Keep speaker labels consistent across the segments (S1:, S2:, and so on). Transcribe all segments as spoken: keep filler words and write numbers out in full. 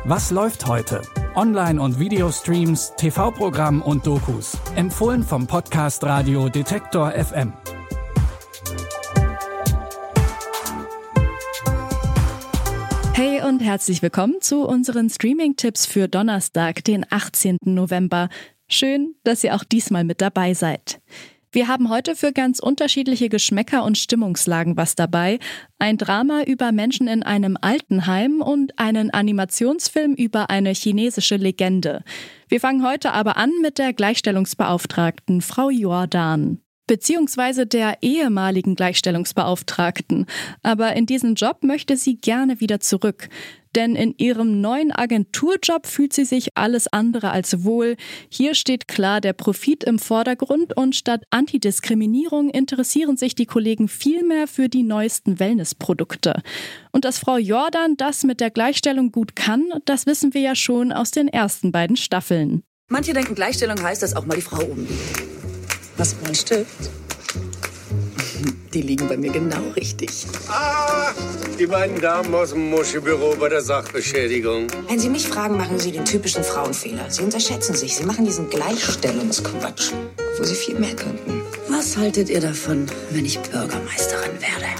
S1: Was läuft heute? Online- und Videostreams, T V-Programm und Dokus. Empfohlen vom Podcast Radio Detektor F M.
S2: Hey und herzlich willkommen zu unseren Streaming-Tipps für Donnerstag, den achtzehnten November. Schön, dass ihr auch diesmal mit dabei seid. Wir haben heute für ganz unterschiedliche Geschmäcker und Stimmungslagen was dabei. Ein Drama über Menschen in einem Altenheim und einen Animationsfilm über eine chinesische Legende. Wir fangen heute aber an mit der Gleichstellungsbeauftragten, Frau Jordan. Beziehungsweise der ehemaligen Gleichstellungsbeauftragten. Aber in diesen Job möchte sie gerne wieder zurück. Denn in ihrem neuen Agenturjob fühlt sie sich alles andere als wohl. Hier steht klar der Profit im Vordergrund und statt Antidiskriminierung interessieren sich die Kollegen vielmehr für die neuesten Wellnessprodukte. Und dass Frau Jordan das mit der Gleichstellung gut kann, das wissen wir ja schon aus den ersten beiden Staffeln.
S3: Manche denken, Gleichstellung heißt, dass auch mal die Frau oben liegt. Was, mein Stift? Die liegen bei mir genau richtig.
S4: Ah, die beiden Damen aus dem Muschelbüro bei der Sachbeschädigung.
S5: Wenn Sie mich fragen, machen Sie den typischen Frauenfehler. Sie unterschätzen sich. Sie machen diesen Gleichstellungsquatsch, wo Sie viel mehr könnten.
S3: Was haltet ihr davon, wenn ich Bürgermeisterin werde?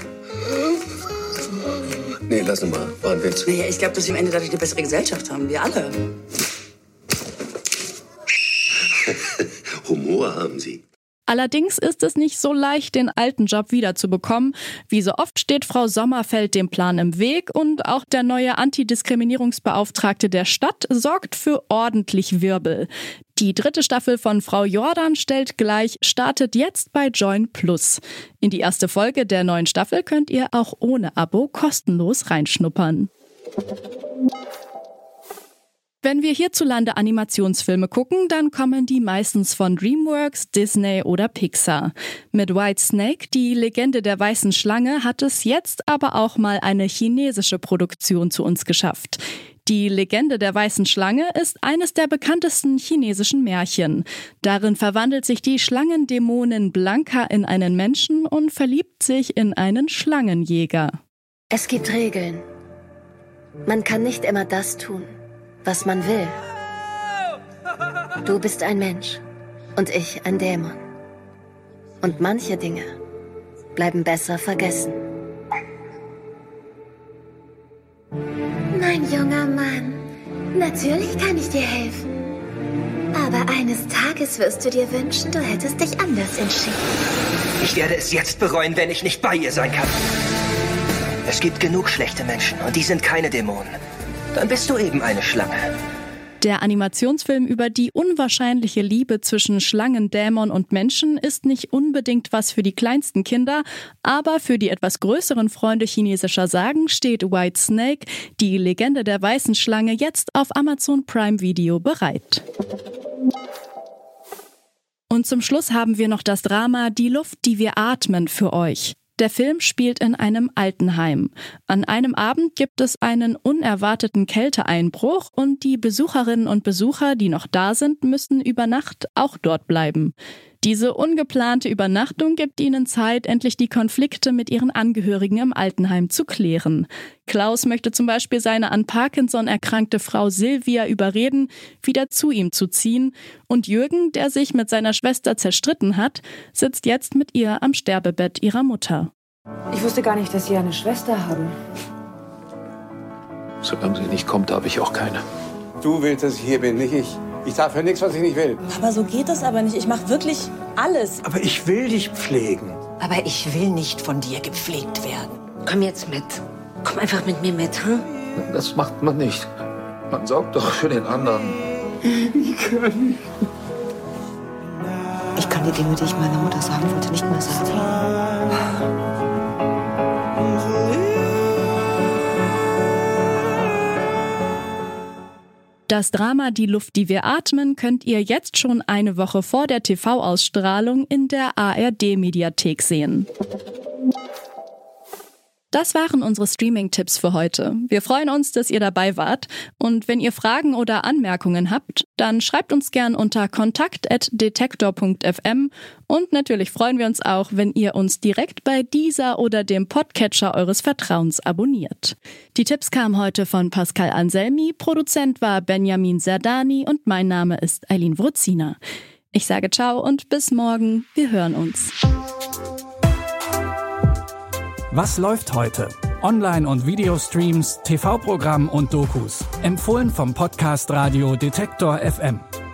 S4: Nee, lass ihn mal. War ein Witz.
S3: Naja, ich glaube, dass wir am Ende dadurch eine bessere Gesellschaft haben. Wir alle.
S4: Humor haben Sie.
S2: Allerdings ist es nicht so leicht, den alten Job wiederzubekommen. Wie so oft steht Frau Sommerfeld dem Plan im Weg und auch der neue Antidiskriminierungsbeauftragte der Stadt sorgt für ordentlich Wirbel. Die dritte Staffel von Frau Jordan stellt gleich, startet jetzt bei Join Plus. In die erste Folge der neuen Staffel könnt ihr auch ohne Abo kostenlos reinschnuppern. Wenn wir hierzulande Animationsfilme gucken, dann kommen die meistens von DreamWorks, Disney oder Pixar. Mit White Snake, die Legende der weißen Schlange, hat es jetzt aber auch mal eine chinesische Produktion zu uns geschafft. Die Legende der weißen Schlange ist eines der bekanntesten chinesischen Märchen. Darin verwandelt sich die Schlangendämonin Blanca in einen Menschen und verliebt sich in einen Schlangenjäger.
S6: Es gibt Regeln. Man kann nicht immer das tun, was man will. Du bist ein Mensch und ich ein Dämon. Und manche Dinge bleiben besser vergessen.
S7: Mein junger Mann, natürlich kann ich dir helfen. Aber eines Tages wirst du dir wünschen, du hättest dich anders entschieden.
S8: Ich werde es jetzt bereuen, wenn ich nicht bei ihr sein kann. Es gibt genug schlechte Menschen und die sind keine Dämonen. Dann bist du eben eine Schlange.
S2: Der Animationsfilm über die unwahrscheinliche Liebe zwischen Schlangendämon und Menschen ist nicht unbedingt was für die kleinsten Kinder, aber für die etwas größeren Freunde chinesischer Sagen steht White Snake, die Legende der weißen Schlange, jetzt auf Amazon Prime Video bereit. Und zum Schluss haben wir noch das Drama Die Luft, die wir atmen für euch. Der Film spielt in einem Altenheim. An einem Abend gibt es einen unerwarteten Kälteeinbruch und die Besucherinnen und Besucher, die noch da sind, müssen über Nacht auch dort bleiben. Diese ungeplante Übernachtung gibt ihnen Zeit, endlich die Konflikte mit ihren Angehörigen im Altenheim zu klären. Klaus möchte zum Beispiel seine an Parkinson erkrankte Frau Silvia überreden, wieder zu ihm zu ziehen. Und Jürgen, der sich mit seiner Schwester zerstritten hat, sitzt jetzt mit ihr am Sterbebett ihrer Mutter.
S9: Ich wusste gar nicht, dass Sie eine Schwester haben.
S10: Solange sie nicht kommt, habe ich auch keine.
S11: Du willst, dass ich hier bin, nicht ich. Ich darf für nichts, was ich nicht will.
S12: Aber so geht das aber nicht. Ich mache wirklich alles.
S11: Aber ich will dich pflegen.
S5: Aber ich will nicht von dir gepflegt werden. Komm jetzt mit. Komm einfach mit mir mit, hm?
S10: Das macht man nicht. Man sorgt doch für den anderen.
S11: Ich kann.
S6: Ich kann die Dinge, die ich meiner Mutter sagen wollte, nicht mehr sagen.
S2: Das Drama Die Luft, die wir atmen, könnt ihr jetzt schon eine Woche vor der T V-Ausstrahlung in der A R D-Mediathek sehen. Das waren unsere Streaming-Tipps für heute. Wir freuen uns, dass ihr dabei wart. Und wenn ihr Fragen oder Anmerkungen habt, dann schreibt uns gern unter kontakt at detektor punkt f m. Und natürlich freuen wir uns auch, wenn ihr uns direkt bei Deezer oder dem Podcatcher eures Vertrauens abonniert. Die Tipps kamen heute von Pascal Anselmi, Produzent war Benjamin Zerdani und mein Name ist Eileen Wruzina. Ich sage ciao und bis morgen. Wir hören uns.
S1: Was läuft heute? Online- und Videostreams, T V-Programm und Dokus. Empfohlen vom Podcast Radio Detektor F M.